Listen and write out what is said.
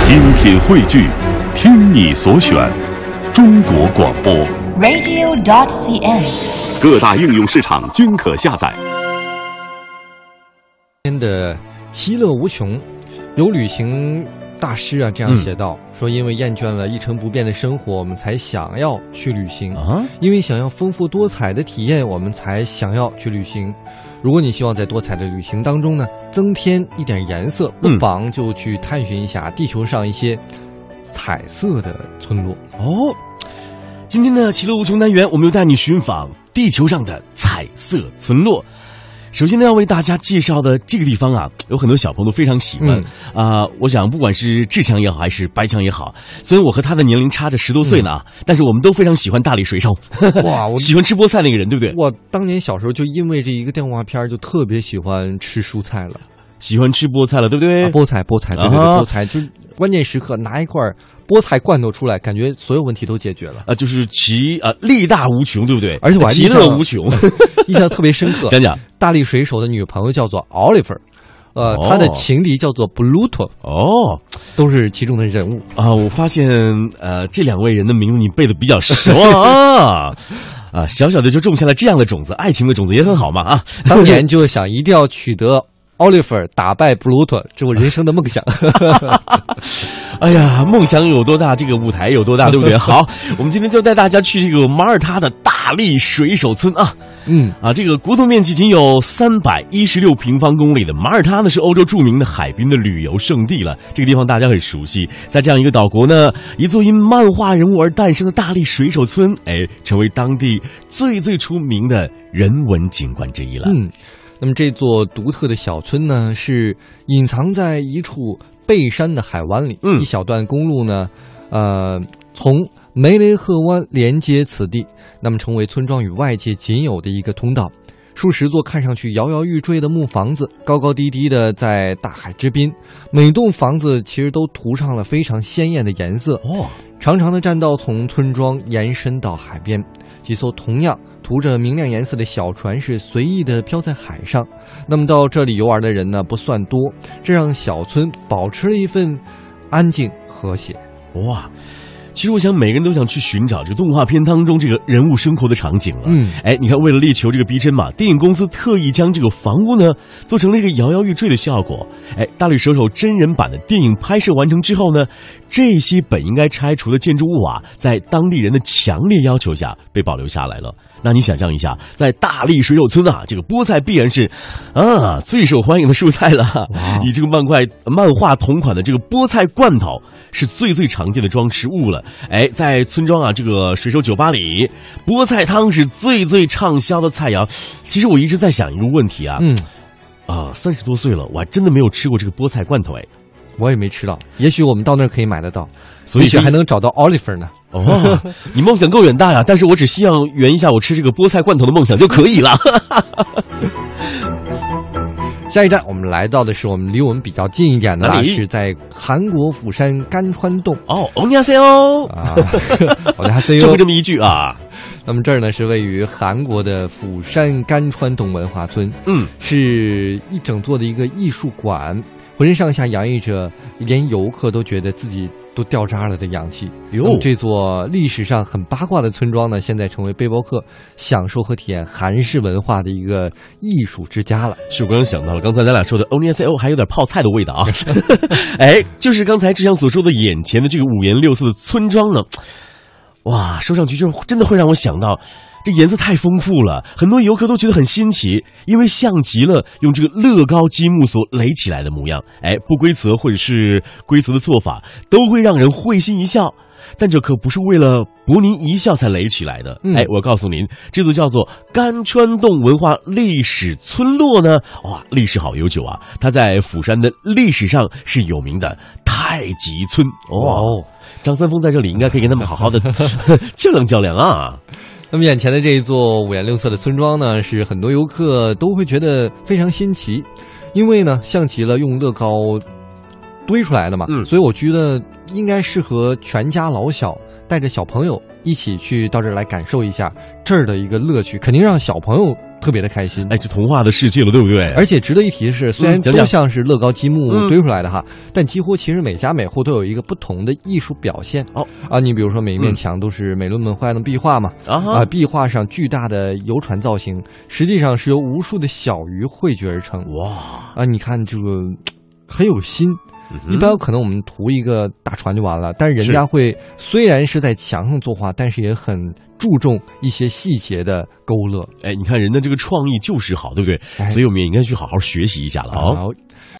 精品汇聚，听你所选，中国广播 radio.cn， 各大应用市场均可下载。 天的其乐无穷，有旅行大师啊这样写道，说因为厌倦了一成不变的生活，我们才想要去旅行啊；因为想要丰富多彩的体验，我们才想要去旅行。如果你希望在多彩的旅行当中呢，增添一点颜色，不妨就去探寻一下地球上一些彩色的村落哦。今天的其乐无穷单元，我们又带你寻访地球上的彩色村落。首先呢，要为大家介绍的这个地方啊，有很多小朋友都非常喜欢我想不管是志强也好，还是白强也好，虽然我和他的年龄差着10多岁呢但是我们都非常喜欢大力水手。哇，我喜欢吃菠菜那个人，对不对？ 我当年小时候就因为这一个动画片，就特别喜欢吃蔬菜了， 喜欢吃菠菜了，对不对？ 菠菜，对对对，菠菜，就关键时刻拿一块菠菜罐头出来，感觉所有问题都解决了就是力大无穷，对不对？ 而且我还其乐无穷， 印象特别深刻。 讲讲大力水手的女朋友叫做 Oliver， 他的情敌叫做 Bluto， 都是其中的人物啊。我发现这两位人的名字你背得比较熟啊。小小的就种下了这样的种子，爱情的种子也很好嘛啊。 当年就想一定要取得Oliver 打败 Bluto， 这我人生的梦想。 哎呀，梦想有多大，这个舞台有多大，对不对？好，我们今天就带大家去这个马耳他的大力水手村啊。这个国土面积仅有316平方公里的马耳他呢，是欧洲著名的海滨的旅游胜地了。这个地方大家很熟悉，在这样一个岛国呢，一座因漫画人物而诞生的大力水手村，成为当地最出名的人文景观之一了。 那么这座独特的小村呢，是隐藏在一处背山的海湾里，一小段公路呢，从梅雷赫湾连接此地，那么成为村庄与外界仅有的一个通道。数十座看上去摇摇欲坠的木房子，高高低低的在大海之滨，每栋房子其实都涂上了非常鲜艳的颜色。长长的栈道从村庄延伸到海边，几艘同样涂着明亮颜色的小船是随意地飘在海上。那么到这里游玩的人呢不算多，这让小村保持了一份安静和谐。 哇，其实我想每个人都想去寻找这个动画片当中这个人物生活的场景了。你看为了力求这个逼真嘛，电影公司特意将这个房屋呢做成了这个摇摇欲坠的效果。大力水手真人版的电影拍摄完成之后呢，这些本应该拆除的建筑物啊，在当地人的强烈要求下被保留下来了。那你想象一下，在大力水手村啊，这个菠菜必然是最受欢迎的蔬菜了。以这个漫画同款的这个菠菜罐头是最常见的装饰物了。在村庄啊这个水手酒吧里，菠菜汤是最畅销的菜肴。其实我一直在想一个问题30多岁了，我还真的没有吃过这个菠菜罐头。 我也没吃到，也许我们到那儿可以买得到， 所以也许还能找到 Oliver 呢。 你梦想够远大呀！但是我只希望圆一下我吃这个菠菜罐头的梦想就可以了。 下一站我们来到的是离我们比较近一点的啦，是在韩国釜山甘川洞。 안녕하세요就会这么一句啊。 那么这儿呢是位于韩国的釜山甘川洞文化村，是一整座的一个艺术馆，浑身上下洋溢着连游客都觉得自己都掉渣了的洋气。这座历史上很八卦的村庄呢，现在成为背包客享受和体验韩式文化的一个艺术之家了。 是我刚刚想到了，刚才咱俩说的 안녕하세요还有点泡菜的味道啊。就是刚才志强所说的眼前的这个5颜6色的村庄呢，哇，说上去就真的会让我想到这颜色太丰富了，很多游客都觉得很新奇，因为像极了用这个乐高积木所垒起来的模样。不规则或者是规则的做法都会让人会心一笑，但这可不是为了博您一笑才垒起来的。我告诉您，这座叫做甘川洞文化历史村落呢，历史好悠久啊，它在釜山的历史上是有名的太极村。张三丰在这里应该可以跟他们好好的较量啊。 那么眼前的这一座5颜6色的村庄呢，是很多游客都会觉得非常新奇，因为呢像极了用乐高堆出来的嘛，所以我觉得应该适合全家老小带着小朋友一起去到这儿来感受一下这儿的一个乐趣，肯定让小朋友特别的开心。 哎，这童话的世界了，对不对？ 而且值得一提的是，虽然都像是乐高积木堆出来的哈，但几乎其实每家每户都有一个不同的艺术表现。你比如说每一面墙都是美轮美奂的壁画嘛，壁画上巨大的游船造型，实际上是由无数的小鱼汇聚而成。哇！你看这个很有心。一般可能我们涂一个大船就完了，但是人家会虽然是在墙上作画，但是也很注重一些细节的勾勒。 哎，你看人的这个创意就是好，对不对？所以我们也应该去好好学习一下了啊。